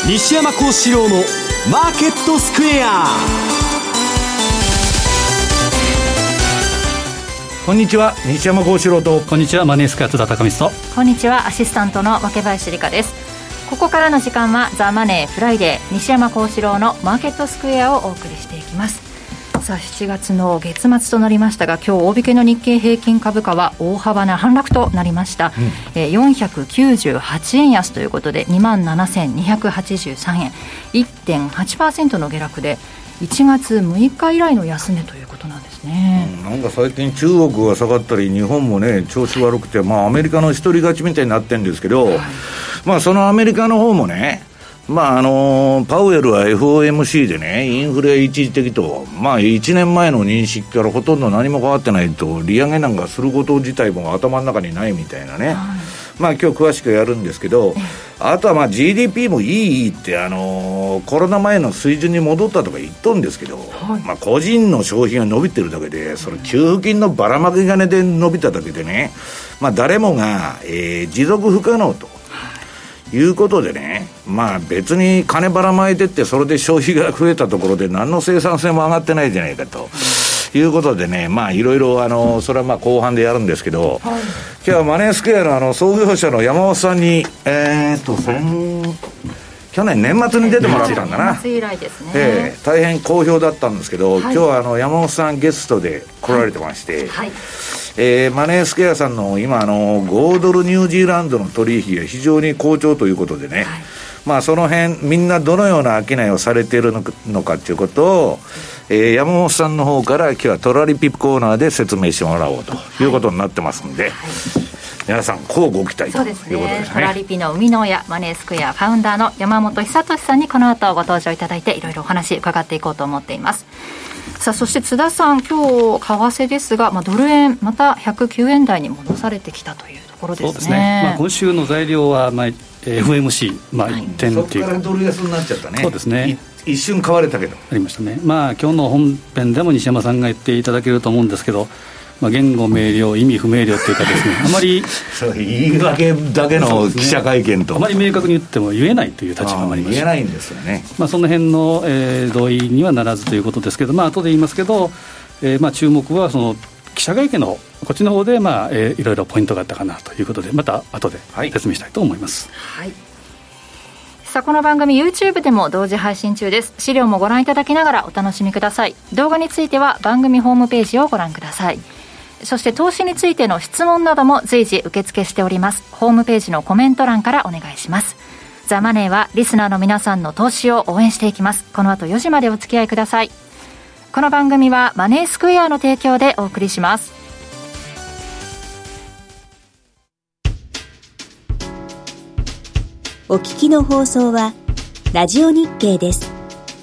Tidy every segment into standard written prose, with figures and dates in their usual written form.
西山幸四郎のマーケットスクエア。 こんにちは、西山幸四郎と。 こんにちは、マネースクエア津田貴光と。 こんにちは、アシスタントの若林理香です。ここからの時間はザ・マネーフライデー、西山幸四郎のマーケットスクエアをお送りしていきます。さあ、7月の月末となりましたが、今日大引けの日経平均株価は大幅な反落となりました、498円安ということで 27,283 円 1.8% の下落で1月6日以来の安値ということなんですね。 なんか最近中国が下がったり日本もね調子悪くて、アメリカの一人勝ちみたいになってるんですけど、そのアメリカの方もね、パウエルは FOMC でね、インフレ一時的と、1年前の認識からほとんど何も変わってないと、利上げなんかすること自体も頭の中にないみたいなね、今日詳しくやるんですけど、あとはGDP もいいって、コロナ前の水準に戻ったとか言っとるんですけど、個人の消費が伸びてるだけで、それ給付金のばらまき金で伸びただけでね、誰もが、持続不可能ということでね、別に金ばらまいてってそれで消費が増えたところで何の生産性も上がってないじゃないかということでね、いろいろそれは後半でやるんですけど、今日はマネースクエアの創業者の山本さんに去年年末に出てもらったんだな。 年末以来ですね。 大変好評だったんですけど、今日は山本さんゲストで来られてまして、マネースクエアさんの今5ドルニュージーランドの取引が非常に好調ということでね、その辺みんなどのような商いをされているのかということを、山本さんの方から今日はトラリピコーナーで説明してもらおうということになってますんで、皆さん乞うご期待ということですね。 トラリピの生みの親、マネースクエアファウンダーの山本久俊さんにこの後ご登場いただいて、いろいろお話伺っていこうと思っています。さあ、そして津田さん、今日為替ですが、ドル円また109円台に戻されてきたというところですね。 そうですね、今週の材料は、FOMC、一点そっていうこからドル安になっちゃったね。 そうですね、 一瞬買われたけどありましたね。今日の本編でも西山さんが言っていただけると思うんですけど、言語明瞭、意味不明瞭というかですね、あまり言い訳だけの記者会見と、 あまり明確に言っても言えないという立場もありまして、 言えないんですよね。 その辺の、同意にはならずということですけど、後で言いますけど、注目はその記者会見のこっちの方で、いろいろポイントがあったかなということで、また後で説明したいと思います。 さあ、この番組 YouTube でも同時配信中です。資料もご覧いただきながらお楽しみください。動画については番組ホームページをご覧ください。そして投資についての質問なども随時受付しております。ホームページのコメント欄からお願いします。ザ・マネーはリスナーの皆さんの投資を応援していきます。この後4時までお付き合いください。この番組はマネースクエアの提供でお送りします。 お聞きの放送はラジオ日経です。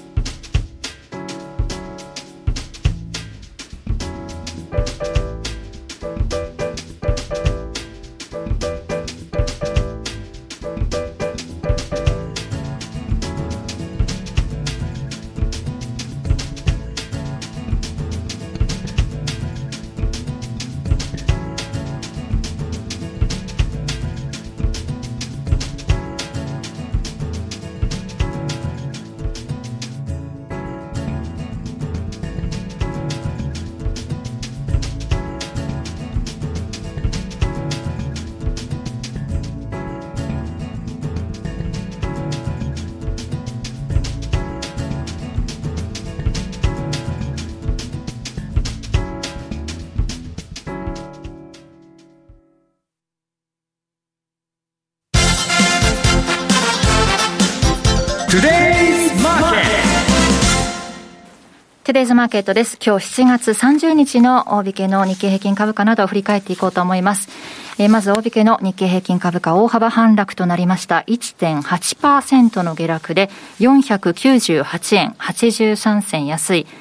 トゥデイズマーケットです。今日7月30日の大引けの日経平均株価などを振り返っていこうと思います。まず大引けの日経平均株価大幅反落となりました。 1.8% の下落で498円83銭安い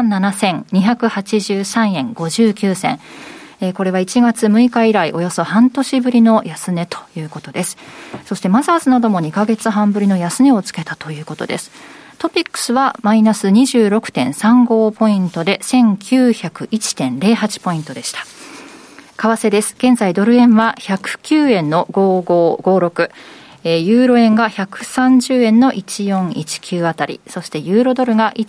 27,283 円59銭。これは1月6日以来およそ半年ぶりの安値ということです。そしてマザーズなども2ヶ月半ぶりの安値をつけたということです。トピックスはマイナス 26.35 ポイントで 1901.08 ポイントでした。為替です。現在ドル円は109円の5556、 ユーロ円が130円の1419あたり、そしてユーロドルが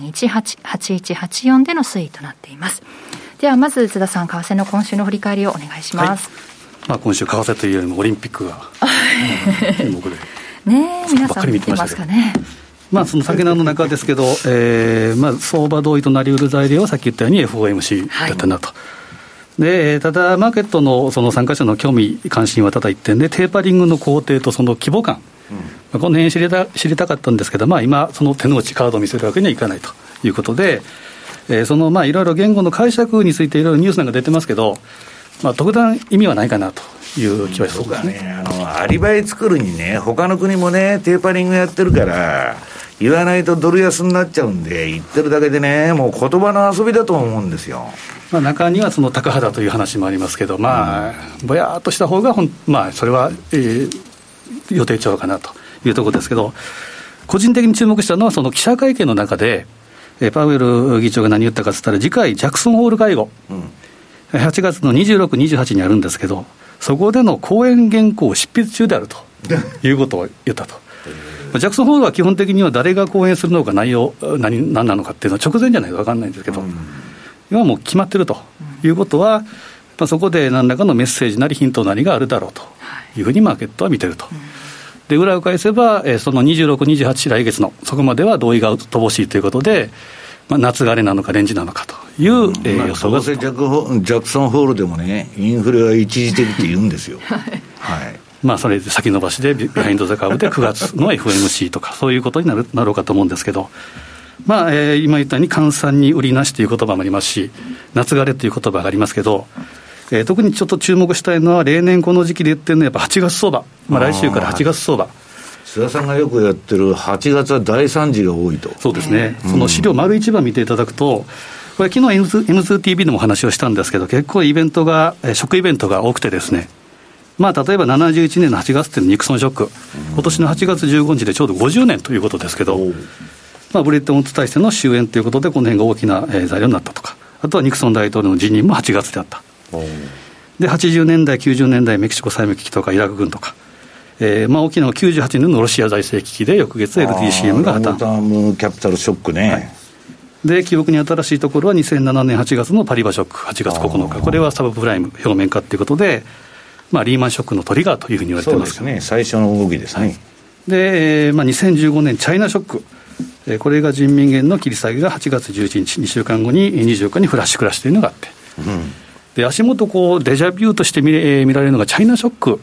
1.188184 での推移となっています。ではまず津田さん、為替の今週の振り返りをお願いします。 今週為替というよりもオリンピックが注目でね、皆さん見てますかね。 その先の中ですけど、相場同意となりうる材料はさっき言ったように FOMC だったなと、でただマーケットのその参加者の興味関心はただ一点で、テーパリングの工程とその規模感、この辺知りたかったんですけど、今その手の内カードを見せるわけにはいかないということで、そのいろいろ言語の解釈についていろいろニュースなんか出てますけど、特段意味はないかなという気はしますね。 アリバイ作るにね、他の国もねテーパリングやってるから言わないとドル安になっちゃうんで、言ってるだけでね、もう言葉の遊びだと思うんですよ。 中にはその高肌という話もありますけど、ぼやーっとした方がそれは、予定調和かなというところですけど、個人的に注目したのはその記者会見の中で、パウエル議長が何言ったかといったら、次回ジャクソンホール会合、8月の26、28にあるんですけど、そこでの講演原稿を執筆中であるということを言ったと。ジャクソンホールは基本的には誰が講演するのか、内容何なのかっていうのは直前じゃないと分かんないんですけど、今もう決まってるということは、そこで何らかのメッセージなりヒントなりがあるだろうというふうにマーケットは見てると。で裏を返せば、その26、28来月のそこまでは同意が乏しいということで、夏枯れなのかレンジなのかという、予想がどうせジャクソンホールでもね、インフレは一時的って言うんですよ。 それで先延ばしでビハインドザカーブで9月の FOMC とかそういうことになろうかと思うんですけど、今言ったように換算に売りなしという言葉もありますし、夏枯れという言葉がありますけど、特にちょっと注目したいのは、例年この時期で言ってるのはやっぱ8月相場、来週から8月相場、 須田さんがよくやってる8月は大惨事が多いと。 そうですね、その資料丸1番見ていただくと、これ昨日 M2TV でも話をしたんですけど、結構イベントがショックイベントが多くてですね、例えば71年の8月っていうニクソンショック、今年の8月15日でちょうど50年ということですけど、ブレットモンツ体制の終焉ということで、この辺が大きな材料になったとか、あとはニクソン大統領の辞任も8月であった。で80年代90年代メキシコ債務危機とかイラク軍とか、大きな98年のロシア財政危機で翌月 LTCM が破綻、 ロータームキャピタルショックね、 で記憶に新しいところは2007年8月のパリバショック8月9日、これはサブプライム表面化ということで、リーマンショックのトリガーというふうに言われてます。 そうですね、最初の動きですね。 で、2015年チャイナショック、これが人民元の切り下げが8月11日2週間後に24日にフラッシュクラッシュというのがあって、で足元デジャビューとして見られるのがチャイナショック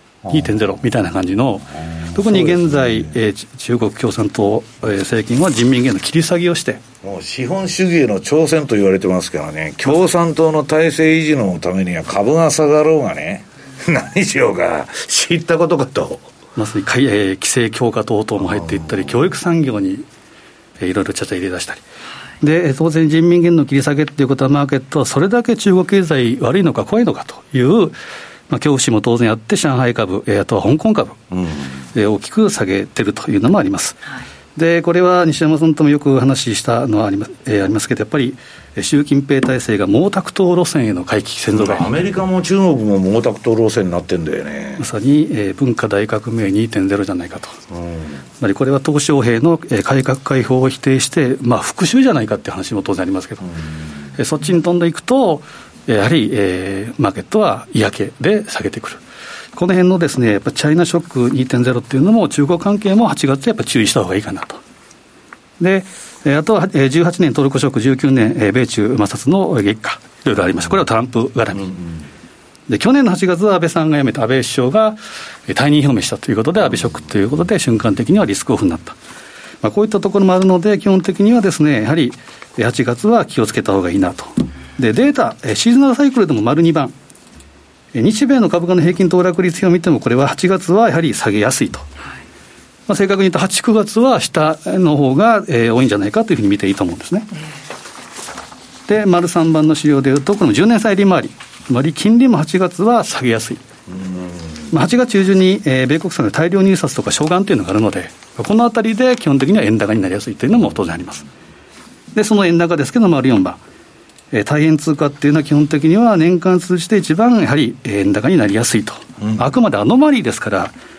2.0 みたいな感じの、特に現在、中国共産党、政権は人民元の切り下げをして、 もう資本主義への挑戦と言われてますからね、共産党の体制維持のためには株が下がろうがね、何しようか知ったことかと。 まさに規制強化等々も入っていったり、教育産業にいろいろちゃちゃ入れ出したりで、当然人民元の切り下げということは、マーケットはそれだけ中国経済悪いのか怖いのかという、恐怖心も当然あって、上海株、あとは香港株、大きく下げてるというのもあります。でこれは西山さんともよく話したのはありますけど、やっぱり習近平体制が毛沢東路線への回帰、先祖がアメリカも中国も毛沢東路線になってんだよね。 まさに、文化大革命 2.0 じゃないかと、つまりこれは鄧小平の改革開放を否定して、復讐じゃないかっていう話も当然ありますけど、そっちに飛んでいくとやはり、マーケットは嫌気で下げてくる。この辺のですね、やっぱチャイナショック 2.0 っていうのも中国関係も8月やっぱ注意した方がいいかなと。であとは18年トルコショック、19年米中摩擦の激化、いろいろありました。これはトランプ絡み、で去年の8月は安倍さんが辞めた安倍首相が退任表明したということで、安倍ショックということで瞬間的にはリスクオフになった。こういったところもあるので、基本的にはですね、やはり8月は気をつけた方がいいなと。でデータシーズナルサイクルでも丸2番、日米の株価の平均騰落率を見ても、これは8月はやはり下げやすいと、正確に言うと8、9月は下の方が、多いんじゃないかというふうに見ていいと思うんですね。で丸3番の資料でいうと、この10年債利回り、つまり金利も8月は下げやすい。8月中旬に、米国債の大量入札とか償還というのがあるので、このあたりで基本的には円高になりやすいというのも当然あります。でその円高ですけど、丸4番、対円通貨っていうのは基本的には年間通じて一番やはり円高になりやすいと、あくまでアノマリーですから、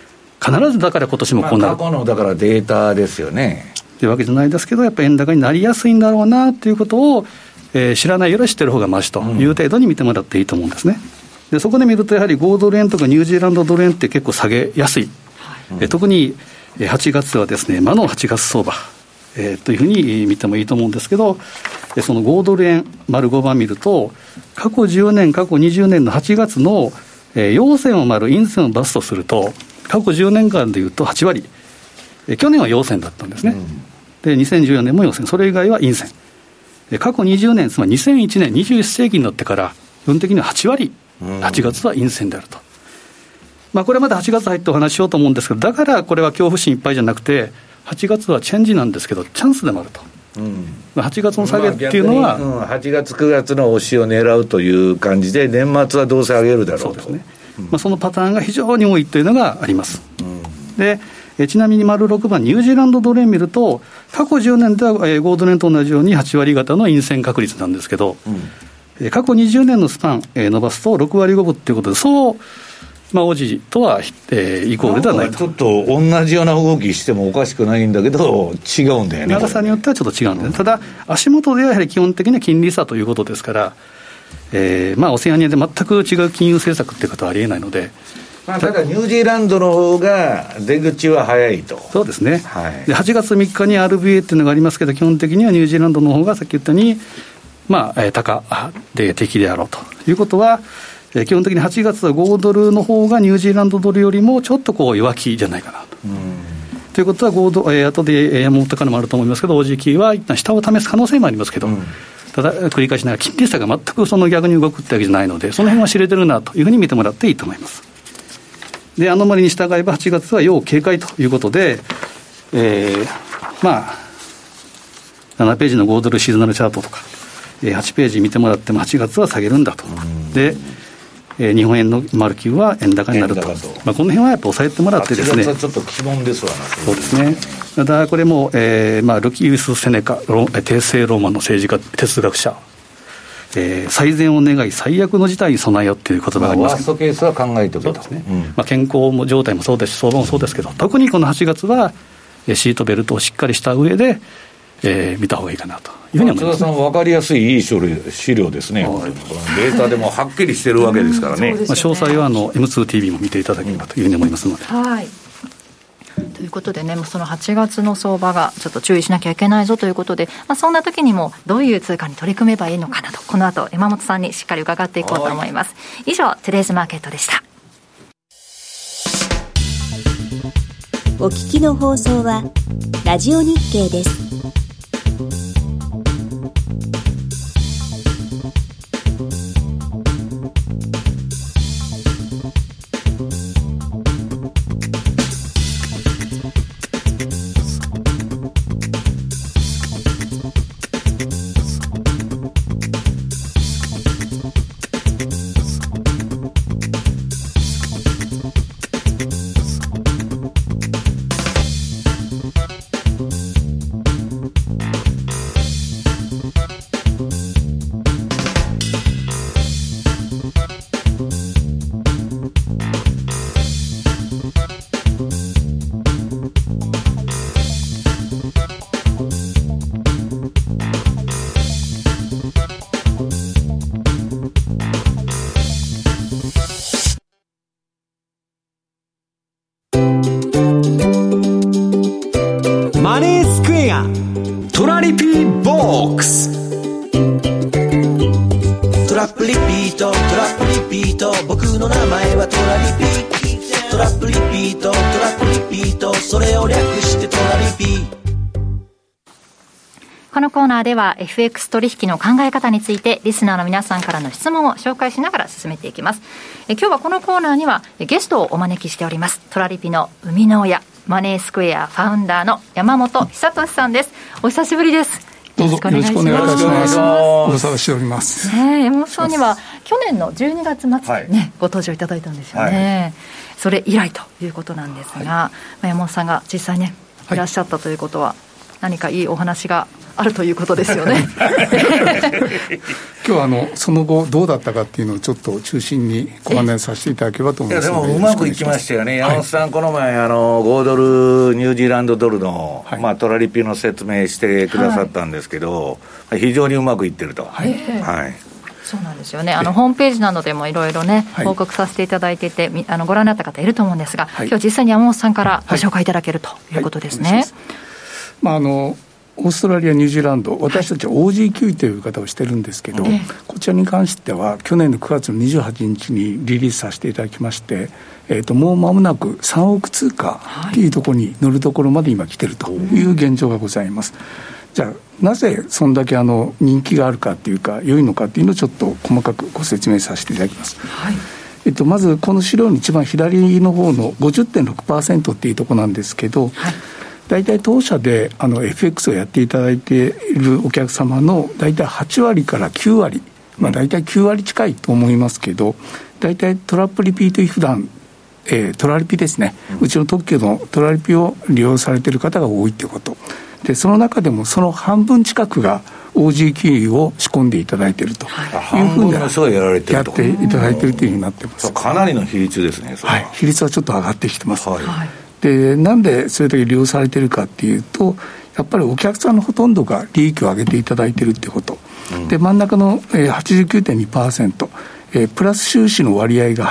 必ずだから今年もこうなる、 過去のだからデータですよねというわけじゃないですけど、やっぱり円高になりやすいんだろうなということを、知らないより知ってる方がマシという程度に見てもらっていいと思うんですね。でそこで見るとやはり5ドル円とかニュージーランドドル円って結構下げやすい、特に8月はですね魔の8月相場、というふうに見てもいいと思うんですけど、その5ドル円丸5番見ると過去10年過去20年の8月の陽線を丸陰線をバスとすると過去10年間でいうと8割、去年は陽線だったんですね、で2014年も陽線、それ以外は陰線、過去20年つまり2001年21世紀になってから基本的には8割8月は陰線であると、これまで8月入ってお話ししようと思うんですけど、だからこれは恐怖心いっぱいじゃなくて8月はチェンジなんですけどチャンスでもあると、8月の下げっていうのは、 8月9月の押しを狙うという感じで年末はどうせ上げるだろうと。 そうですね、そのパターンが非常に多いというのがあります、でちなみに丸6番ニュージーランドドル円見ると過去10年では5ドル円と同じように8割型の陰線確率なんですけど、過去20年のスパン伸ばすと6割5分ということで、そう王子とは、イコールではないと。 ちょっと同じような動きしてもおかしくないんだけど違うんだよね。 長さによってはちょっと違うんだよね、ただ足元ではやはり基本的には金利差ということですから、オセアニアで全く違う金融政策っていうことはありえないので、 ただニュージーランドの方が出口は早いと。 そうですね、 で 8月3日に RBA っていうのがありますけど、基本的にはニュージーランドの方がさっき言ったように、高で適であろうということは、基本的に8月は5ドルの方がニュージーランドドルよりもちょっと弱気じゃないかなと。ということは後で山本からもあると思いますけど、OG は一旦下を試す可能性もありますけど、ただ繰り返しながら金利差が全くその逆に動くってわけじゃないので、その辺は知れてるなというふうに見てもらっていいと思います。でアノマリに従えば8月は要警戒ということで、7ページの5ドルシーズナルチャートとか8ページ見てもらっても8月は下げるんだと、で日本円の丸9は円高になると、この辺はやっぱ抑えてもらってですね、 8月はちょっと鬼門ですわな。 そうですね、ただこれも、ルキウス・セネカ帝政ローマの政治家哲学者、最善を願い最悪の事態に備えよという言葉がありますけど、 ワーストケースは考えておけと。 そうですね、健康も状態もそうですし相場もそうですけど、特にこの8月はシートベルトをしっかりした上で、見た方がいいかなというふうに思います、 津田さん分かりやすいいい資料ですね、このデータでもはっきりしてるわけですからね。 詳細はM2TV も見ていただければというふうに思いますので、 ということでね、もうその8月の相場がちょっと注意しなきゃいけないぞということで、そんな時にもどういう通貨に取り組めばいいのかなと、この後山本さんにしっかり伺っていこうと思います。以上トゥデイズマーケットでした。 お聞きの放送はラジオ日経です。 マネースクエアトラリピーボックス。 トラップリピートトラップリピート、僕の名前はトラリピ。トラップリピートトラップリピート、それを略してトラリピ。 このコーナーでは FX 取引の考え方についてリスナーの皆さんからの質問を紹介しながら進めていきます。今日はこのコーナーにはゲストをお招きしております。トラリピの生みの親、マネースクエアファウンダーの山本久俊さんです。お久しぶりです。 どうぞよろしくお願いいたします。ご無沙汰しております。 山本さんには去年の12月末にご登場いただいたんですよね。それ以来ということなんですが、山本さんが実際ねいらっしゃったということは、何かいいお話があるということですよね。 今日今日はその後どうだったかっていうのをちょっと中心にご案内させていただければと思います。 いやでもうまくいきましたよね。山本さん、この前5ドルニュージーランドドルの、トラリピの説明してくださったんですけど、非常にうまくいってると。 そうなんですよね。ホームページなどでもいろいろね、報告させていただいていて、ご覧になった方いると思うんですが、今日実際に山本さんからご紹介いただけるということですね。 オーストラリア、ニュージーランド、私たちは OG9 という言い方をしてるんですけど、こちらに関しては去年の9月の28日にリリースさせていただきまして、もう間もなく3億通貨というところに乗るところまで今来てるという現状がございます。じゃあなぜそんだけ人気があるかというか良いのかというのをちょっと細かくご説明させていただきます。まずこの資料の一番左の方の 50.6% っていうところなんですけど、大体当社でFX をやっていただいているお客様の大体8割から9割、大体9割近いと思いますけど、大体トラップリピート違反、トラリピですね、うちの特許のトラリピを利用されている方が多いということで、その中でもその半分近くが OG9 を仕込んでいただいているというふうにやっていただいているというふうになっています。 かなりの比率ですね。 比率はちょっと上がってきてます。でなんでそれだけ利用されているかっていうと、やっぱりお客さんのほとんどが利益を上げていただいているっていうこと、で真ん中の 89.2%、プラス収支の割合が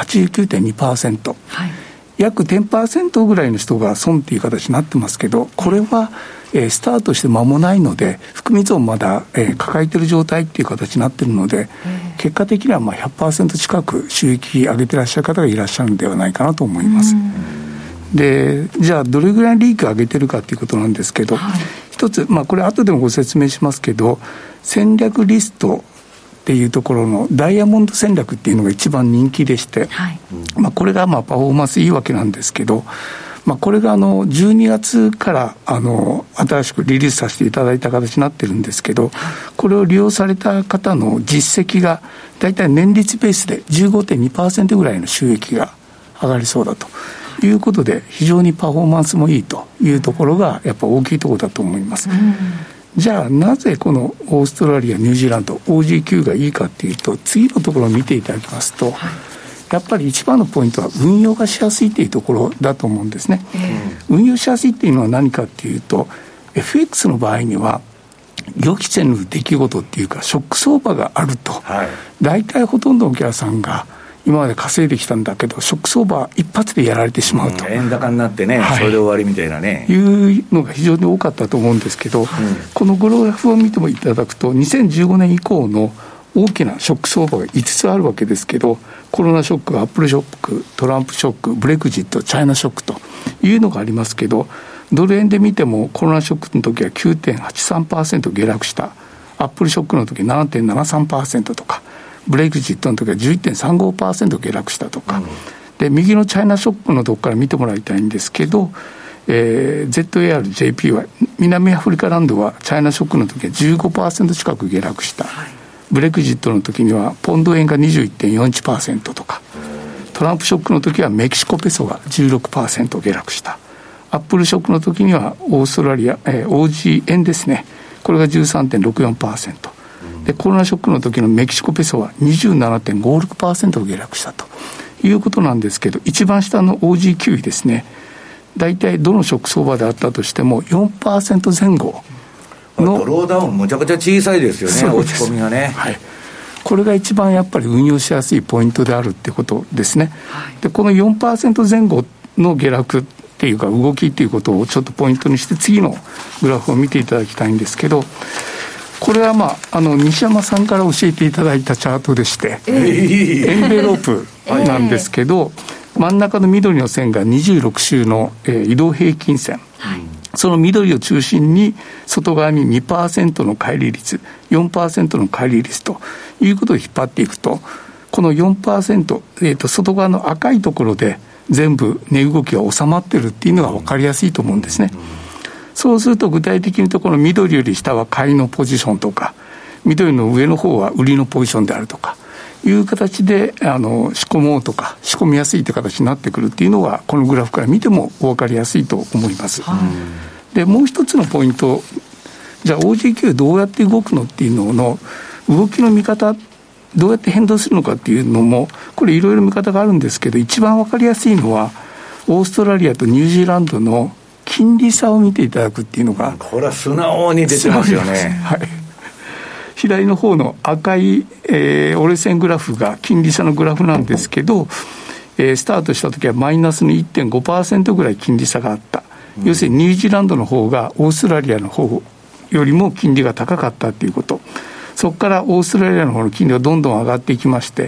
89.2%、約 10% ぐらいの人が損っていう形になってますけど、これはスタートして間もないので、含み損まだ抱えている状態っていう形になっているので、結果的には100% 近く収益上げていらっしゃる方がいらっしゃるのではないかなと思います。でじゃあどれぐらい利益を上げてるかということなんですけど、一つ、これ後でもご説明しますけど、戦略リストっていうところのダイヤモンド戦略っていうのが一番人気でして、これがパフォーマンスいいわけなんですけど、これが12月から新しくリリースさせていただいた形になってるんですけど、これを利用された方の実績がだいたい年率ベースで 15.2% ぐらいの収益が上がりそうだということで、非常にパフォーマンスもいいというところがやっぱ大きいところだと思います。じゃあなぜこのオーストラリア、ニュージーランド OG9 がいいかっていうと、次のところを見ていただきますと、やっぱり一番のポイントは運用がしやすいというところだと思うんですね。運用しやすいっていうのは何かっていうと、 FX の場合には予期せぬ出来事っていうかショック相場があると、大体ほとんどのお客さんが今まで稼いできたんだけど、ショック相場一発でやられてしまうと、 円高になってね、それで終わりみたいなね、 いうのが非常に多かったと思うんですけど、このグラフを見てもいただくと、2015年以降の大きなショック相場が5つあるわけですけど、コロナショック、アップルショック、トランプショック、ブレグジット、チャイナショックというのがありますけど、ドル円で見てもコロナショックの時は 9.83% 下落した、アップルショックの時 7.73% とか、ブレグジットの時は 11.35% 下落したとか、で右のチャイナショックのとこから見てもらいたいんですけど、ZAR、JPY、南アフリカランドはチャイナショックの時は 15% 近く下落した、ブレグジットの時にはポンド円が 21.41% とか、トランプショックの時はメキシコペソが 16% 下落した、アップルショックの時にはオーストラリア、OG 円ですね、これが 13.64%、でコロナショックの時のメキシコペソは 27.56% 下落したということなんですけど、一番下の OG9 ですね、大体どのショック相場であったとしても 4% 前後のドローダウンむちゃくちゃ小さいですよね、落ち込みがね、 これが一番やっぱり運用しやすいポイントであるってことですね。でこの 4% 前後の下落っていうか動きっていうことをちょっとポイントにして、次のグラフを見ていただきたいんですけど、これは西山さんから教えていただいたチャートでして、エンベロープなんですけど、真ん中の緑の線が26週の、移動平均線、その緑を中心に外側に 2% の乖離率 4% の乖離率ということを引っ張っていくと、この 4%、外側の赤いところで全部値動きが収まってるっていうのが分かりやすいと思うんですね。そうすると具体的にところ緑より下は買いのポジションとか、緑の上の方は売りのポジションであるとかいう形で仕込もうとか仕込みやすいという形になってくるっていうのがこのグラフから見てもお分かりやすいと思います。でもう一つのポイント、じゃあ OG9 どうやって動くのっていうのの動きの見方どうやって変動するのかっていうのもこれいろいろ見方があるんですけど、一番わかりやすいのはオーストラリアとニュージーランドの金利差を見ていただくっていうのが、 これは素直に出てますよね。 はい、左の方の赤い、折れ線グラフが金利差のグラフなんですけど、スタートした時はマイナスの 1.5% ぐらい金利差があった、要するにニュージーランドの方がオーストラリアの方よりも金利が高かったということ。そこからオーストラリアの方の金利がどんどん上がっていきまして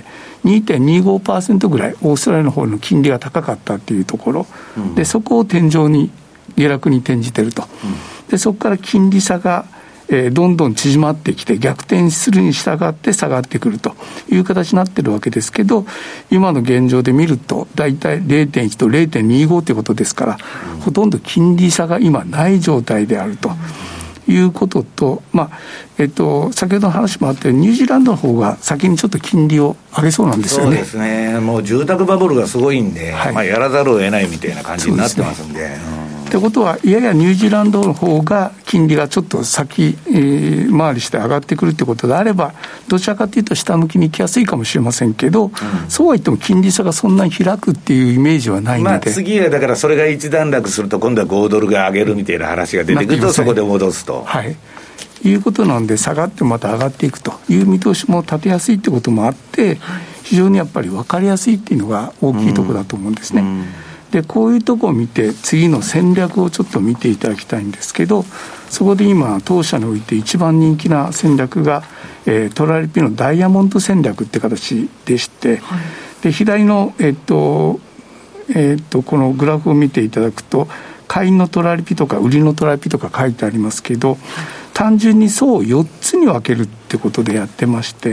2.25% ぐらいオーストラリアの方の金利が高かったというところ、でそこを天井に下落に転じていると。でそこから金利差がどんどん縮まってきて逆転するに従って下がってくるという形になっているわけですけど、今の現状で見るとだいたい 0.1 と 0.25 ということですから、ほとんど金利差が今ない状態であるということと、先ほどの話もあったようにニュージーランドの方が先にちょっと金利を上げそうなんですよね。 そうですね、もう住宅バブルがすごいんで、やらざるを得ないみたいな感じになってますんで、 ってことはややニュージーランドの方が金利がちょっと先、回りして上がってくるということであれば、どちらかというと下向きに行きやすいかもしれませんけど、そうは言っても金利差がそんなに開くっていうイメージはないので、 次はだからそれが一段落すると今度は5ドルが上げるみたいな話が出てくるとそこで戻すと、 いうことなんで、下がってまた上がっていくという見通しも立てやすいということもあって、非常にやっぱり分かりやすいっていうのが大きいところだと思うんですね。でこういうところを見て次の戦略をちょっと見ていただきたいんですけど、そこで今当社において一番人気な戦略が、トラリピのダイヤモンド戦略って形でして、で左の、このグラフを見ていただくと買いのトラリピとか売りのトラリピとか書いてありますけど、単純に層を4つに分けるってことでやってまして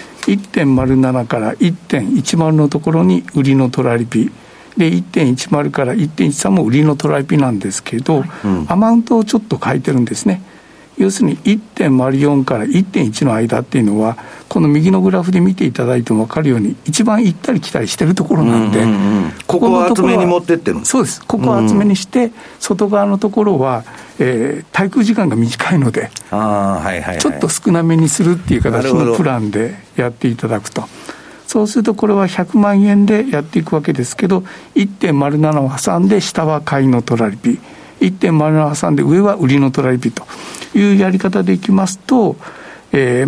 、1.07 から 1.10 のところに売りのトラリピで 1.10 から 1.13 も売りのトラリピなんですけど、アマウントをちょっと書いてるんですね。要するに 1.04 から 1.1 の間っていうのはこの右のグラフで見ていただいても分かるように一番行ったり来たりしてるところなんで、 ここを厚めに持ってってるんです。 そうです。ここを厚めにして、外側のところは、滞空時間が短いので、ちょっと少なめにするっていう形のプランでやっていただくと。そうするとこれは100万円でやっていくわけですけど、 1.07 を挟んで下は買いのトラリピ、 1.07 を挟んで上は売りのトラリピというやり方でいきますと、これ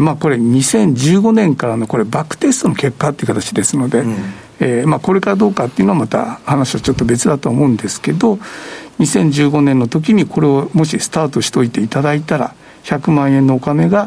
2015年からのこれバックテストの結果っていう形ですので、これからどうかっていうのはまた話はちょっと別だと思うんですけど、2015年の時にこれをもしスタートしておいていただいたら100万円のお金が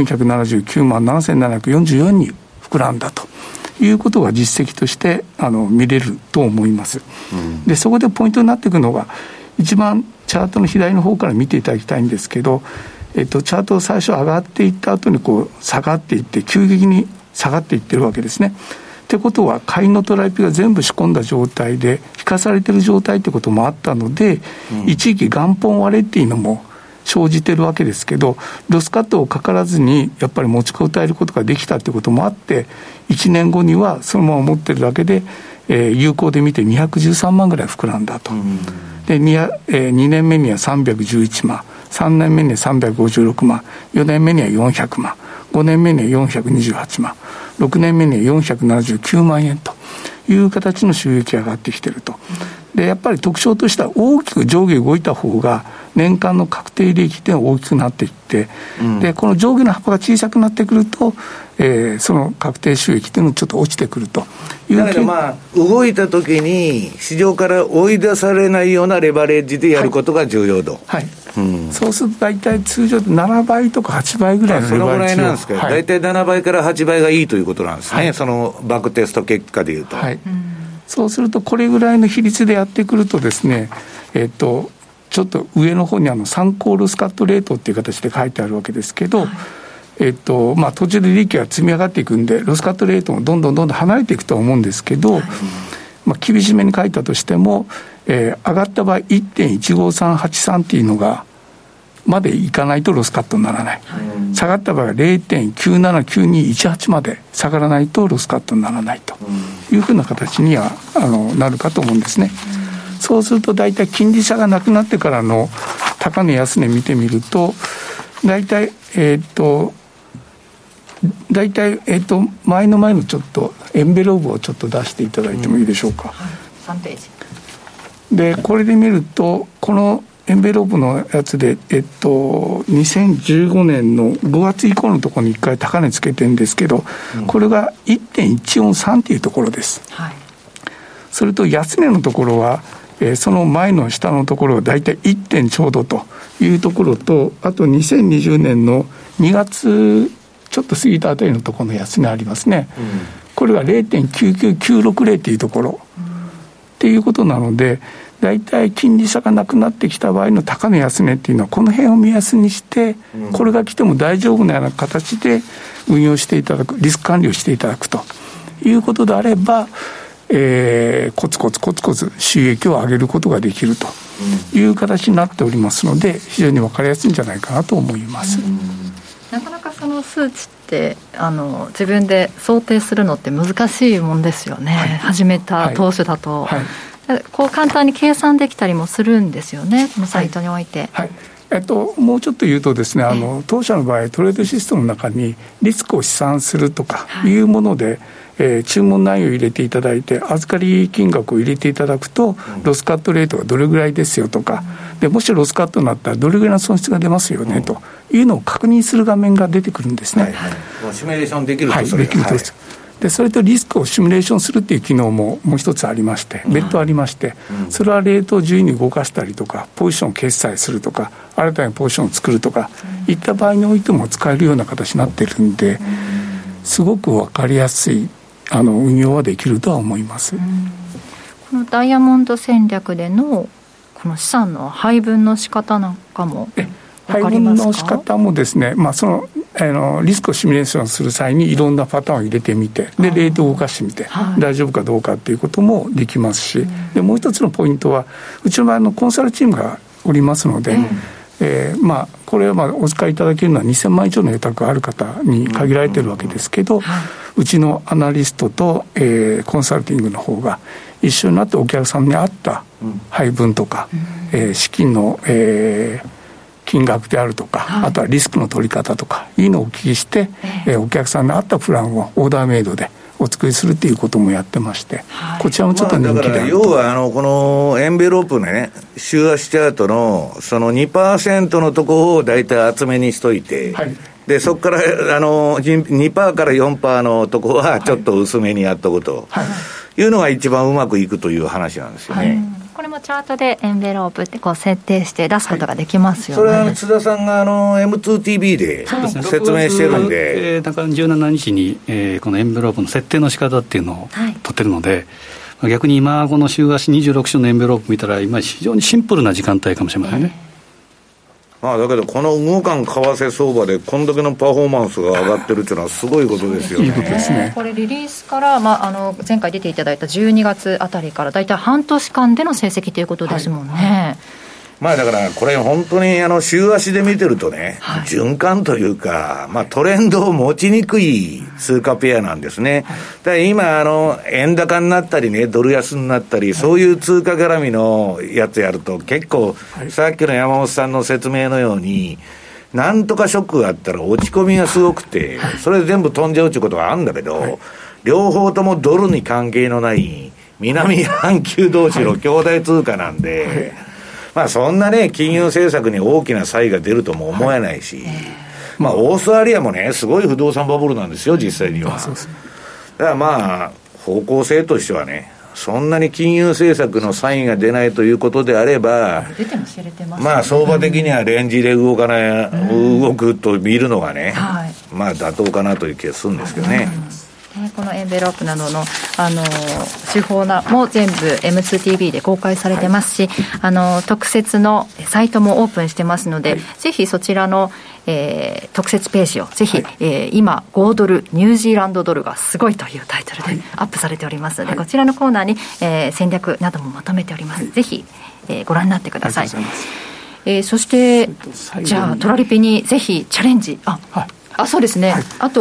479万7744に膨らんだということが実績として見れると思います。でそこでポイントになっていくのが、一番チャートの左の方から見ていただきたいんですけど、チャートを最初上がっていった後にこう下がっていって急激に下がっていってるわけですね。ってことは買いのトラリピが全部仕込んだ状態で引かされている状態ってこともあったので、一時期元本割れっていうのも生じてるわけですけど、ロスカットをかからずにやっぱり持ちこたえることができたってこともあって、1年後にはそのまま持ってるだけで、有効で見て213万ぐらい膨らんだと。で 2年目には311万、3年目には356万、4年目には400万、5年目には428万、6年目には479万円という形の収益が上がってきていると。でやっぱり特徴としては大きく上下動いた方が年間の確定利益って大きくなっていって、でこの上下の幅が小さくなってくると、その確定収益っていうのがちょっと落ちてくるという。 だから動いた時に市場から追い出されないようなレバレッジでやることが重要度。 そうすると大体通常で7倍とか8倍ぐらいのレバレッジを、 そのぐらいなんですけど、大体7倍から8倍がいいということなんですね、そのバックテスト結果でいうと。 そうするとこれぐらいの比率でやってくるとですね、ちょっと上の方に参考ロスカットレートっていう形で書いてあるわけですけど、途中で利益が積み上がっていくんでロスカットレートもどんどん離れていくとは思うんですけど、厳しめに書いたとしても、上がった場合 1.15383 っていうのがまでいかないとロスカットにならない、下がった場合は 0.979218 まで下がらないとロスカットにならないというふうな形にはなるかと思うんですね。そうすると大体金利差がなくなってからの高値安値見てみると、大体だいたい、前のちょっとエンベロープをちょっと出していただいてもいいでしょうか、 はい、3ページでこれで見るとこのエンベロープのやつで、2015年の5月以降のところに1回高値つけてるんですけど、これが 1.143 というところです、はい、それと安値のところは、その前の下のところはだいたい 1. 点ちょうどというところと、あと2020年の2月ちょっと過ぎたあたりのところの安値ありますね、これが 0.99960 というところ、っていうことなので、だいたい金利差がなくなってきた場合の高値安値っていうのはこの辺を目安にして、これが来ても大丈夫なような形で運用していただく、リスク管理をしていただくということであれば、コツコツ収益を上げることができるという形になっておりますので、非常に分かりやすいんじゃないかなと思います。 なかなかその数値って自分で想定するのって難しいもんですよね、はい、始めた当初だと、はいはい、こう簡単に計算できたりもするんですよね、このサイトにおいて、 はいはい、もうちょっと言うとですね、当社の場合トレードシステムの中にリスクを試算するとかいうもので、注文内容を入れていただいて預かり金額を入れていただくと、ロスカットレートがどれぐらいですよとか、でもしロスカットになったらどれぐらいの損失が出ますよね、というのを確認する画面が出てくるんですね、はいはい、 シミュレーションできると、 はい、できると、はい、でそれとリスクをシミュレーションするっていう機能ももう一つありまして、別途ありまして、それはレートを自由に動かしたりとか、ポジションを決済するとか、新たにポジションを作るとかいった場合においても使えるような形になっているんで、すごく分かりやすい運用はできるとは思います。 このダイヤモンド戦略でのこの資産の配分の仕方なんかも分かりますか？配分の仕方もですね、そのリスクをシミュレーションする際にいろんなパターンを入れてみて、でレートを動かしてみて、大丈夫かどうかということもできますし、でもう一つのポイントはうちの場合のコンサルチームがおりますので、これはお使いいただけるのは2000万以上の予託がある方に限られているわけですけど、うちのアナリストと、コンサルティングの方が一緒になってお客さんに合った配分とか、資金の、金額であるとか、あとはリスクの取り方とかいうのをお聞きして、お客さんに合ったプランをオーダーメイドでお作りするっていうこともやってまして、こちらもちょっと人気であると。 だから要はこのエンベロープね、週足チャートのその 2% のところを大体厚めにしといて、はい、でそこから2% から 4% のところはちょっと薄めにやっとくと、いうのが一番うまくいくという話なんですよね、はい。 これもチャートでエンベロープってこう設定して出すことができますよね、 はい、それは津田さんがM2TV で説明してるんで、 だから17日に、このエンベロープの設定の仕方っていうのを取ってるので、逆に今この週足26週のエンベロープ見たら今非常にシンプルな時間帯かもしれませんね、 だけどこの動かん為替相場でこんだけのパフォーマンスが上がってるっていうのはすごいことですよね。 いいことですね。 これリリースから、前回出ていただいた12月あたりからだいたい半年間での成績ということですもんね、 だからこれ本当に週足で見てるとね、循環というか、トレンドを持ちにくい通貨ペアなんですね、だから今円高になったりね、ドル安になったり、そういう通貨絡みのやつやると結構、さっきの山本さんの説明のようになんとかショックがあったら落ち込みがすごくて、それで全部飛んじゃうっていうことがあるんだけど、両方ともドルに関係のない南半球同士の兄弟通貨なんで、そんなね金融政策に大きな差異が出るとも思えないし、オーストラリアもねすごい不動産バブルなんですよ実際には。だから方向性としてはね、そんなに金融政策の差異が出ないということであれば、相場的にはレンジで動くと見るのがね、妥当かなという気がするんですけどね。 このエンベロープなどの、手法も全部 M2TV で公開されてますし、特設のサイトもオープンしてますので、ぜひそちらの、特設ページをぜひ、今5ドルニュージーランドドルがすごいというタイトルでアップされておりますので、こちらのコーナーに、戦略などもまとめております、ぜひ、ご覧になってください。そしてじゃあトラリピにぜひチャレンジそうですね、あと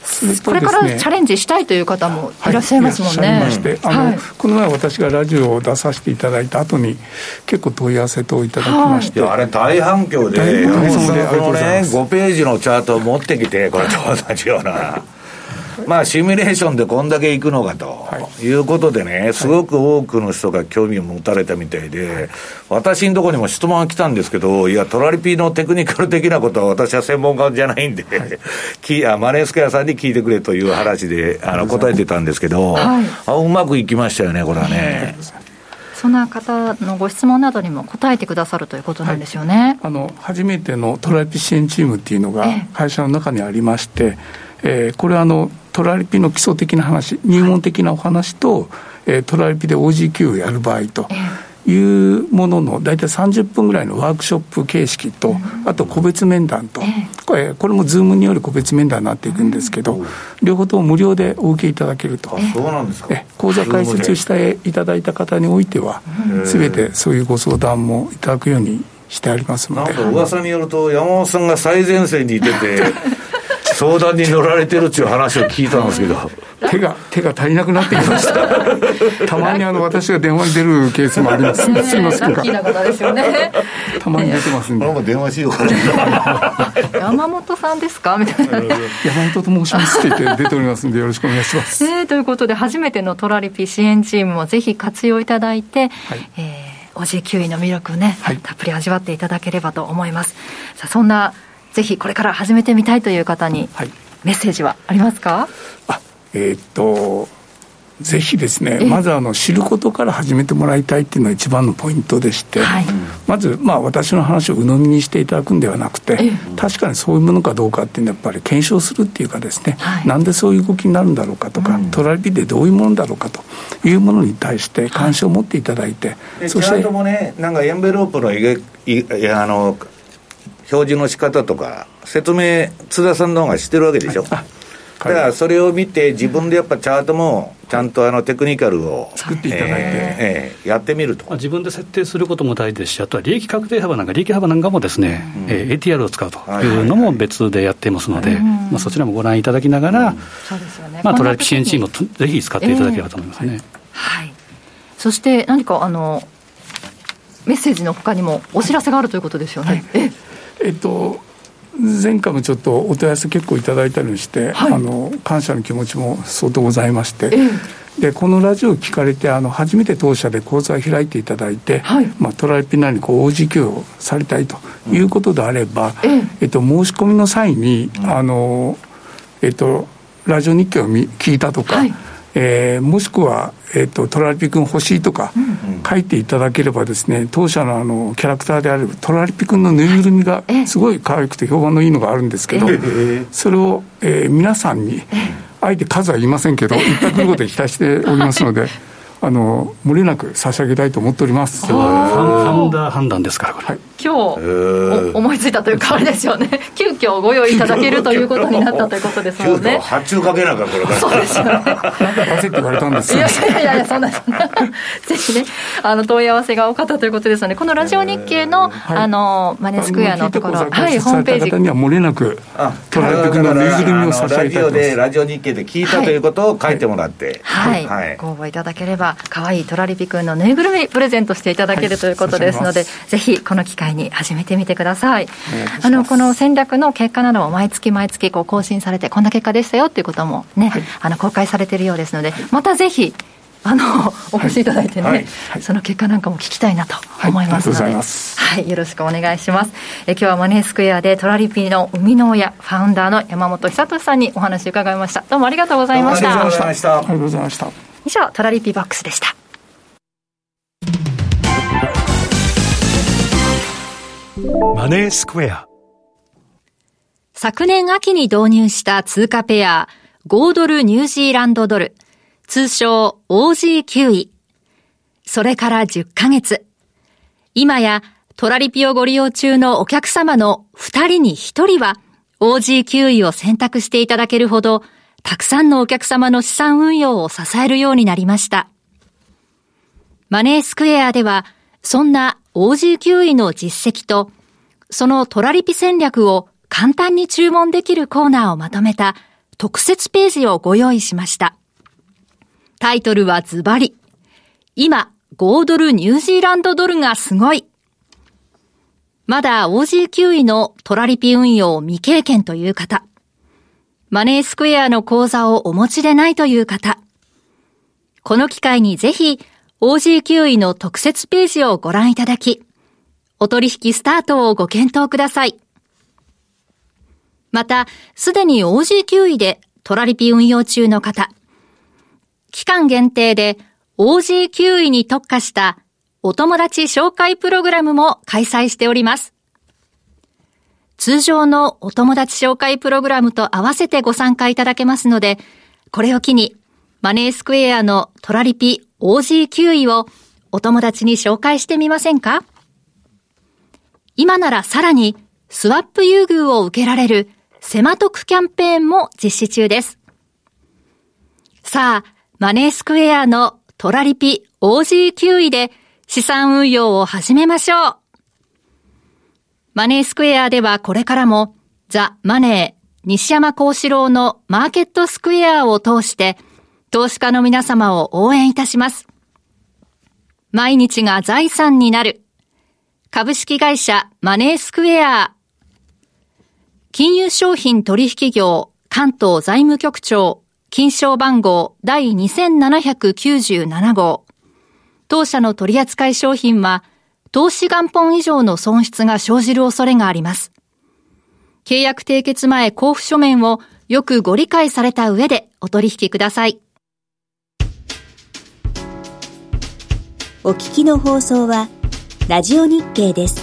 これからチャレンジしたいという方もいらっしゃいますもんね。 いらっしゃいまして、この前私がラジオを出させていただいた後に結構問い合わせといただきまして、 あれ大反響で、山本さんこのね5ページのチャートを持ってきて、これと同じようなまあシミュレーションでこんだけいくのかと、いうことでね、すごく多くの人が興味を持たれたみたいで、私のところにも質問が来たんですけど、いやトラリピのテクニカル的なことは私は専門家じゃないんで、マネースクエアさんに聞いてくれという話で答えてたんですけど、うまくいきましたよね、これはね。 そんな方のご質問などにも答えてくださるということなんですよね。 初めてのトラリピ支援チームっていうのが会社の中にありまして、これはトラリピの基礎的な話、入門的なお話と、トラリピで OG9 をやる場合というものの大体30分ぐらいのワークショップ形式と、あと個別面談と、これもズームによる個別面談になっていくんですけど、両方とも無料でお受けいただけると。 そうなんですか。 講座開設していただいた方においては全てそういうご相談もいただくようにしてありますので。 なんか噂によると山本さんが最前線に出て相談に乗られてるっていう話を聞いたんですけど手が足りなくなってきましたたまに私が電話に出るケースもあります、すいません。 ラッキーな方ですよねたまに出てますんで、 電話しようかな山本さんですかみたいな、 山本と申しますって言って出ておりますんでよろしくお願いします、 ということで初めてのトラリピ支援チームもぜひ活用いただいて、OG9 位の魅力をね、たっぷり味わっていただければと思います。さあそんなぜひこれから始めてみたいという方にメッセージはありますか？ ぜひですね、まず知ることから始めてもらいたいっていうのが一番のポイントでして、まず私の話を鵜呑みにしていただくんではなくて、確かにそういうものかどうかっていうのはやっぱり検証するっていうかですね、なんでそういう動きになるんだろうかとか、トラリピってどういうものだろうかというものに対して関心を持っていただいて、 そしてチャートもね、なんかエンベロープの表示の仕方とか説明津田さんの方が知ってるわけでしょ、だからそれを見て自分でやっぱチャートもちゃんとテクニカルを作っていただいて、 やってみると、 自分で設定することも大事ですし、あとは利益確定幅なんか利益幅なんかもですね、ATR を使うというのも別でやっていますので、そちらもご覧いただきながら、トラリピ支援チームをぜひ使っていただければと思いますね。 そして何かメッセージの他にもお知らせがあるということですよね。 前回もちょっとお問い合わせ結構いただいたりして、感謝の気持ちも相当ございまして、でこのラジオを聞かれて初めて当社で講座を開いていただいて、トラリピなりOG9をされたいということであれば、申し込みの際にラジオ日記を聞いたとか、もしくは、トラリピ君欲しいとか書いていただければですね、当社のキャラクターであるトラリピ君のぬいぐるみがすごい可愛くて評判のいいのがあるんですけど、それを、皆さんにあえて数は言いませんけどいっぱい来ることに期待しておりますので漏れなく差し上げたいと思っております。 ファウンダー判断ですからこれ、 今日思いついたというかあれですよね急遽ご用意いただけるということになったということですもんね。 発注かけなかこれからそうですよね焦って言われたんですよ。 いやそんなぜひね問い合わせが多かったということですので、このラジオ日経の、マネースクエアのところ、ホームページには漏れなくトラリピ君のぬいぐるみを差し上げたいと思います。 ラジオ日経で聞いたということを書いてもらって、 ご応募いただければ可愛いトラリピ君のぬいぐるみプレゼントしていただけるということですので、ぜひこの機会に始めてみてください。この戦略の結果なども毎月更新されて、こんな結果でしたよっていうこともね、公開されているようですので、またぜひお越しいただいてね、その結果なんかも聞きたいなと思いますので、よろしくお願いします。今日はマネースクエアでトラリピの生みの親ファウンダーの山本久俊さんにお話を伺いました。どうもありがとうございました。 ありがとうございました。 以上トラリピボックスでした。 マネースクエア。 昨年秋に導入した通貨ペア5ドルニュージーランドドル、通称 OG9 位。それから10ヶ月。今やトラリピをご利用中のお客様の2人に1人は OG9 位を選択していただけるほど、たくさんのお客様の資産運用を支えるようになりました。マネースクエアでは、そんな OG9 位の実績と、そのトラリピ戦略を簡単に注文できるコーナーをまとめた特設ページをご用意しました。タイトルはズバリ、今5ドルニュージーランドドルがすごい。まだ OG9 のトラリピ運用未経験という方、マネースクエアの口座をお持ちでないという方、この機会にぜひ OG9 の特設ページをご覧いただき、お取引スタートをご検討ください。また、すでに OG9 でトラリピ運用中の方、期間限定で OG9 に特化したお友達紹介プログラムも開催しております。通常のお友達紹介プログラムと合わせてご参加いただけますので、これを機にマネースクエアのトラリピ OG9 をお友達に紹介してみませんか？今ならさらにスワップ優遇を受けられるセマ得キャンペーンも実施中です。さあ、マネースクエアのトラリピ OG9 で資産運用を始めましょう。マネースクエアではこれからもザ・マネー西山幸四郎のマーケットスクエアを通して投資家の皆様を応援いたします。毎日が財産になる株式会社マネースクエア、金融商品取引業関東財務局長金賞番号第2797号。当社の取扱商品は投資元本以上の損失が生じる恐れがあります。契約締結前交付書面をよくご理解された上でお取引ください。 お聞きの放送はラジオ日経です。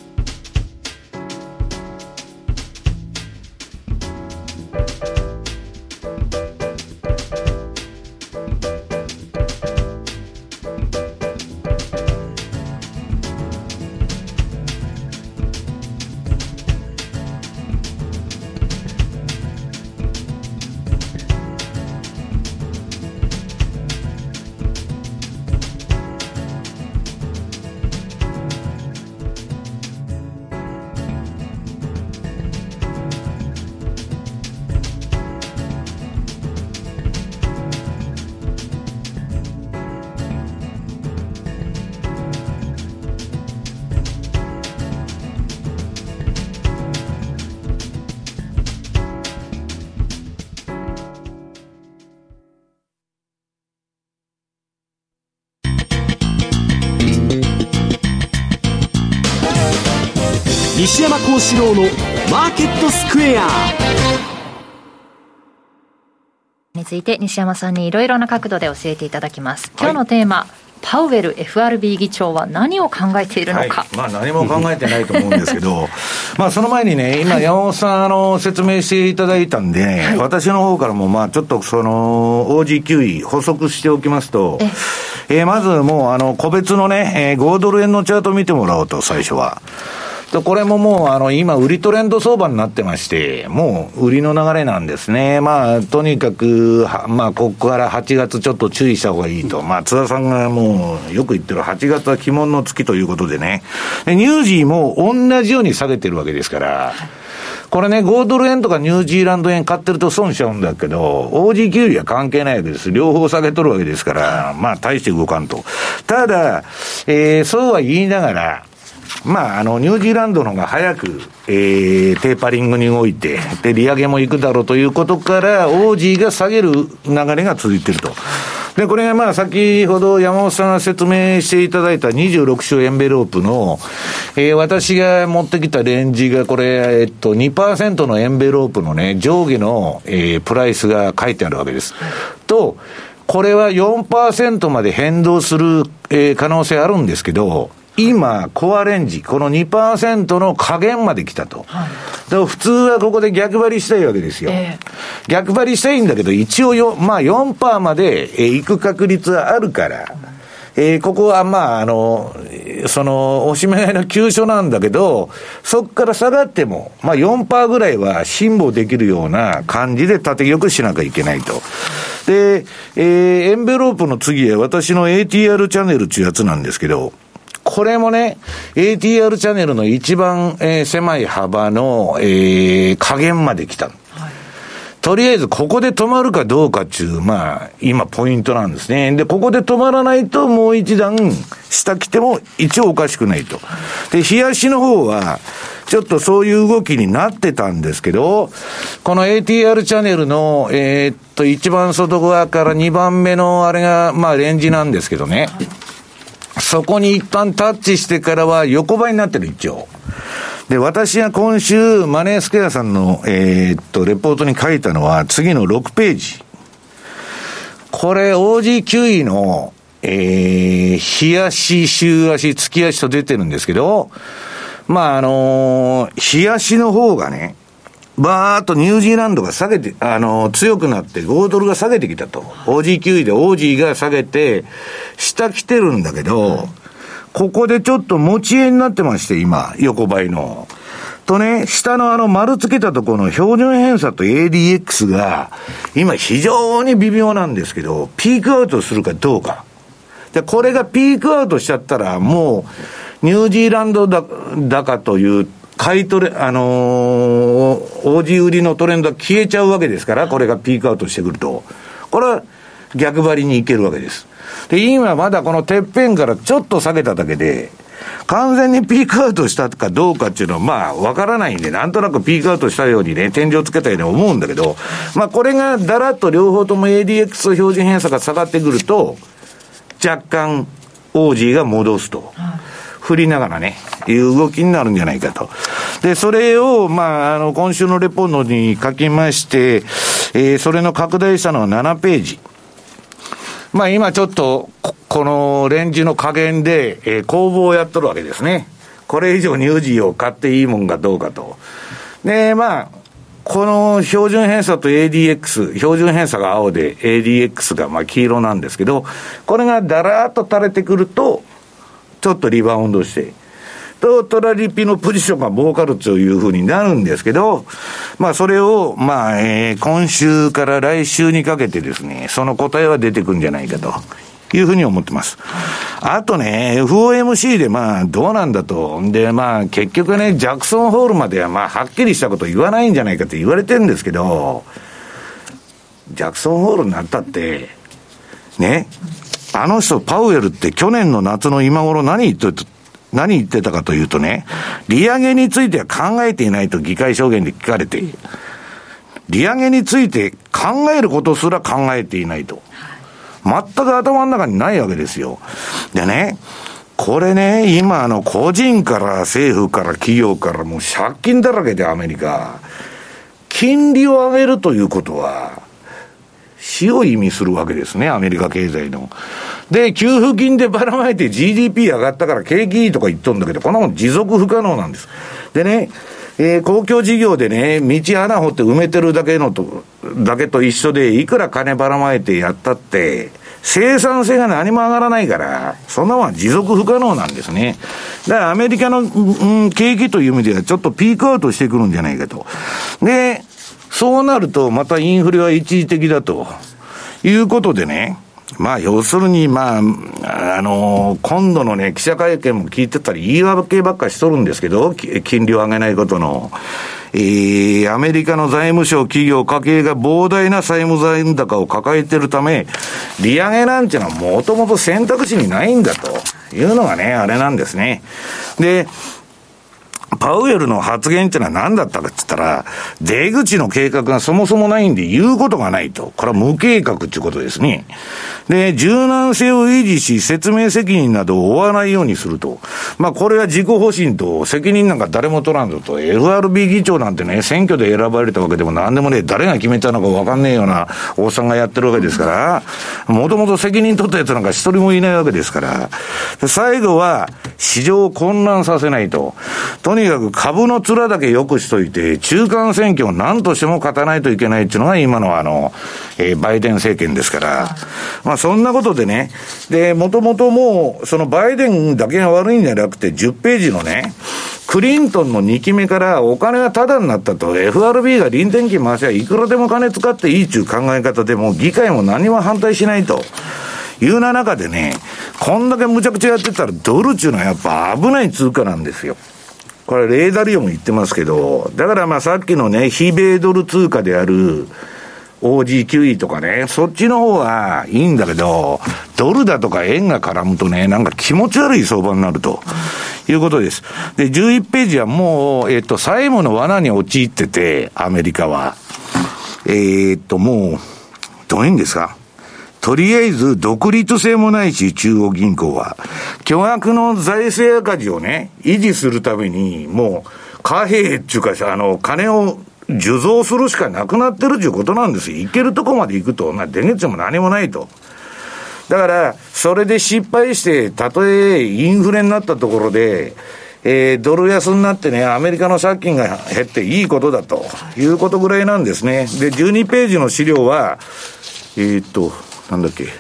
西山幸四郎のマーケットスクエアについて西山さんにいろいろな角度で教えていただきます。今日のテーマ、パウエル FRB 議長は何を考えているのか、 何も考えてないと思うんですけどその前にね、今山本さん説明していただいたんで、私の方からもちょっとその OG9 補足しておきますと、まずもう個別のね、5ドル円のチャート見てもらおうと。最初はこれももう今売りトレンド相場になってまして、もう売りの流れなんですね。とにかくここから8月ちょっと注意した方がいいと。津田さんがもうよく言ってる8月は鬼門の月ということでね。ニュージーも同じように下げてるわけですから、これね、5ドル円とかニュージーランド円買ってると損しちゃうんだけど、OG9 には関係ないわけです。両方下げとるわけですから、大して動かんと。ただ、そうは言いながら、ニュージーランドの方が早く、テーパリングに動いて、で、利上げも行くだろうということから、OG が下げる流れが続いていると。で、これが先ほど山本さんが説明していただいた26種エンベロープの、私が持ってきたレンジがこれ、2% のエンベロープのね、上下の、プライスが書いてあるわけです。と、これは 4% まで変動する、可能性あるんですけど、今、コアレンジ、この 2% の下限まで来たと。だから普通はここで逆張りしたいわけですよ。逆張りしたいんだけど、一応4% まで行く確率はあるから、ここはその、おしめ買いの急所なんだけど、そこから下がっても、4% ぐらいは辛抱できるような感じで縦玉しなきゃいけないと。で、エンベロープの次は私の ATR チャンネルっていうやつなんですけど、これもね、ATR チャンネルの一番、狭い幅の、下限まで来た。 とりあえずここで止まるかどうかっていう、まあ、今ポイントなんですね。で、ここで止まらないともう一段下来ても一応おかしくないと。で、冷やしの方は、ちょっとそういう動きになってたんですけど、この ATR チャンネルの、一番外側から2番目のあれが、まあ、レンジなんですけどね。そこに一旦タッチしてからは横ばいになってる一応。で、私が今週マネースクエアさんの、レポートに書いたのは次の6ページ。これ OG9 位の、日足、週足、月足と出てるんですけど、まあ、日足の方がね、バーっとニュージーランドが下げて、強くなって5ドルが下げてきたと。OG9 位で OG が下げて、下来てるんだけど、ここでちょっと持ち絵になってまして、今、横ばいの。とね、下の丸つけたところの標準偏差と ADX が、今非常に微妙なんですけど、ピークアウトするかどうか。で、これがピークアウトしちゃったら、もう、ニュージーランド高という、買い取れ、OG 売りのトレンドが消えちゃうわけですから、これがピークアウトしてくると。これは逆張りにいけるわけです。で、今まだこのてっぺんからちょっと下げただけで、完全にピークアウトしたかどうかっていうのは、まあ、わからないんで、なんとなくピークアウトしたようにね、天井つけたように思うんだけど、まあ、これがだらっと両方とも ADX 標準偏差が下がってくると、若干、OG が戻すと。振りながらね、いう動きになるんじゃないかと。で、それを、まあ、今週のレポートに書きまして、それの拡大したのは7ページ。まあ、今ちょっと、このレンジの加減で、攻防をやっとるわけですね。これ以上ニュージーを買っていいもんかどうかと。で、まあ、この標準偏差と ADX、標準偏差が青で ADX がまあ黄色なんですけど、これがだらーっと垂れてくると、ちょっとリバウンドして、と、トラリピのポジションが儲かるというふうになるんですけど、まあそれを、まあ、今週から来週にかけてですね、その答えは出てくるんじゃないかというふうに思ってます。あとね、FOMC でまあどうなんだと。で、まあ結局ね、ジャクソンホールまではまあはっきりしたこと言わないんじゃないかって言われてるんですけど、ジャクソンホールになったって、ね、あの人、パウエルって去年の夏の今頃何言ってたかというとね、利上げについては考えていないと議会証言で聞かれて、利上げについて考えることすら考えていないと。全く頭の中にないわけですよ。でね、これね、今個人から政府から企業からもう借金だらけでアメリカ。金利を上げるということは、死を意味するわけですね、アメリカ経済の。で、給付金でばらまいて GDP 上がったから景気いいとか言っとるんだけど、こんなもん持続不可能なんです。でね、公共事業でね、道穴掘って埋めてるだけと一緒で、いくら金ばらまいてやったって、生産性が何も上がらないから、そんなもんは持続不可能なんですね。だからアメリカの、景気という意味ではちょっとピークアウトしてくるんじゃないかと。で、そうなるとまたインフレは一時的だということでね、まあ要するにまあ、今度のね、記者会見も聞いてたり言い訳ばっかしとるんですけど、金利を上げないことの、アメリカの財務省、企業、家計が膨大な債務残高を抱えているため、利上げなんていうのはもともと選択肢にないんだというのがね、あれなんですね。で、パウエルの発言ってのは何だったかって言ったら、出口の計画がそもそもないんで言うことがないと。これは無計画っていうことですね。で、柔軟性を維持し、説明責任などを負わないようにすると。まあこれは自己保身と責任なんか誰も取らんぞと。FRB 議長なんてね、選挙で選ばれたわけでも何でもね、誰が決めたのか分かんねえようなおっさんがやってるわけですから、もともと責任取ったやつなんか一人もいないわけですから。で、最後は市場を混乱させないと。とにかく株の面だけ良くしといて、中間選挙を何としても勝たないといけないっていうのが今のバイデン政権ですから。まあそんなことでね、で、もともともう、そのバイデンだけが悪いんじゃなくて、10ページのね、クリントンの2期目からお金がタダになったと、FRB が臨転機回しはいくらでも金使っていいっていう考え方でも、議会も何も反対しないと。いうな中でね、こんだけむちゃくちゃやってたらドルっていうのはやっぱ危ない通貨なんですよ。これレーダリオも言ってますけど、だからまあさっきのね、非米ドル通貨である OG9E とかね、そっちの方はいいんだけど、ドルだとか円が絡むとね、なんか気持ち悪い相場になるということです。で、11ページはもう、債務の罠に陥ってて、アメリカは。もう、どういうんですか。とりあえず独立性もないし、中央銀行は。巨額の財政赤字をね、維持するために、もう、貨幣っていうかさ、金を、受増するしかなくなってるということなんですよ。行けるとこまで行くと、出口も何もないと。だから、それで失敗して、たとえインフレになったところで、ドル安になってね、アメリカの借金が減っていいことだということぐらいなんですね。で、12ページの資料は、なんだっけ、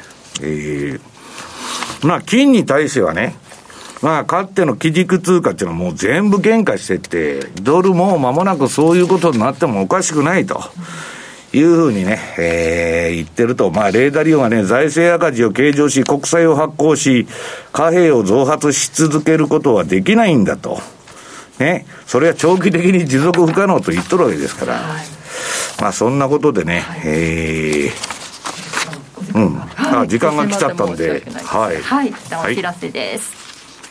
金に対してはね、かつての基軸通貨っていうのはもう全部減価してって、ドルも間もなくそういうことになってもおかしくないというふうにね、言ってると、レーダリオがね、財政赤字を計上し、国債を発行し、貨幣を増発し続けることはできないんだと。ね、それは長期的に持続不可能と言っとるわけですから、そんなことでね、時間が来ちゃったんで、 一旦お知らせです。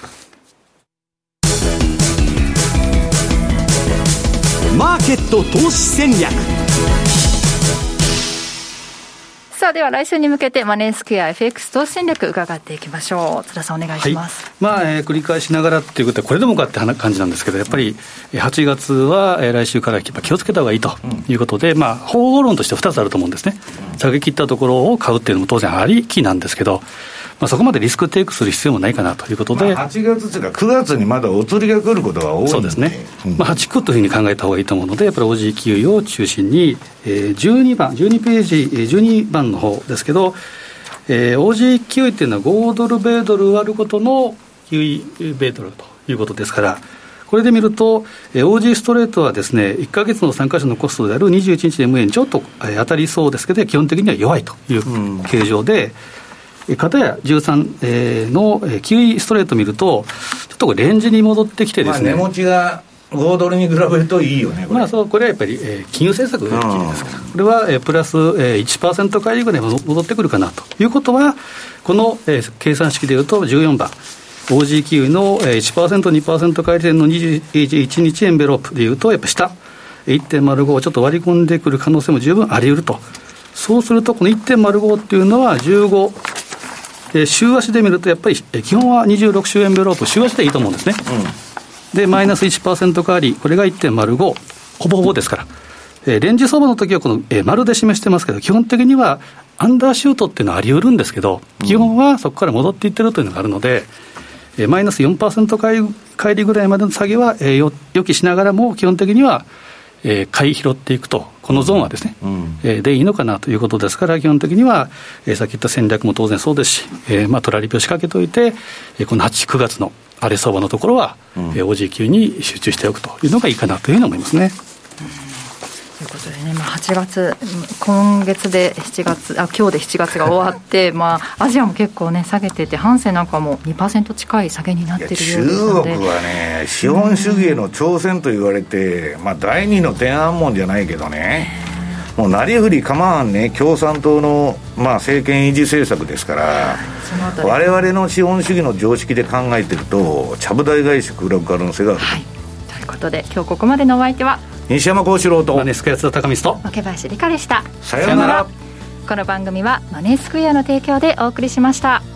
マーケット投資戦略。 さあ、では来週に向けてマネースクエア FX 投資戦略伺っていきましょう。津田さんお願いします。 繰り返しながらということはこれでもかって感じなんですけど、やっぱり8月は来週から気をつけた方がいいということで、方法論として2つあると思うんですね。下げ切ったところを買うっていうのも当然ありきなんですけど、そこまでリスクテイクする必要もないかなということで、 8月というか9月にまだお釣りが来ることが多いんで、 そうですね、8区というふうに考えた方がいいと思うので、やっぱり OG9 を中心に、12ページ12番の方ですけど、OG9 っていうのは5ドル米ドル割ることの9米ドルということですから、これで見ると、OG ストレートはですね、1ヶ月の参加者のコストである21日で M 円ちょっと当たりそうですけど、基本的には弱いという形状で、片や13、の9ストレート見るとちょっとレンジに戻ってきてですね、 値持ちが5ドルに比べるといいよね。 これはやっぱり、金融政策の金利ですから、これは、プラス、1% 返りぐらい戻ってくるかなということは、この、計算式でいうと14番 OG9 の 1%2% 返り点の21日エンベロープでいうと、やっぱ下 1.05 をちょっと割り込んでくる可能性も十分あり得ると。そうするとこの 1.05 っていうのは15、週足で見るとやっぱり基本は26週エンベロープ、週足でいいと思うんですね、でマイナス 1% 変わり、これが 1.05 ほぼほぼですから、レンジ相場の時はこの、丸で示してますけど、基本的にはアンダーシュートっていうのはあり得るんですけど、基本はそこから戻っていってるというのがあるので、マイナス 4% 返りぐらいまでの下げは、予期しながらも基本的には買い拾っていくと、このゾーンはですね、でいいのかなということですから、基本的には、さっき言った戦略も当然そうですし、トラリピを仕掛けておいて、この8、9月の荒れ相場のところは、OG9 に集中しておくというのがいいかなというふうに思いますね。 ということでね、8月、今月で7月、今日で7月が終わって、アジアも結構ね、下げてて、ハンセンなんかも 2% 近い下げになってるようですので、 中国はね、資本主義への挑戦と言われて、第二の天安門じゃないけどね、もうなりふり構わんね、共産党の、政権維持政策ですから、我々の資本主義の常識で考えてると、ちゃぶ台返し食らう可能性がある、 ということで、今日ここまでのお相手は西山幸四郎とマネースクエア津田高光と若林理香でした。 さようなら。 この番組はマネースクエアの提供でお送りしました。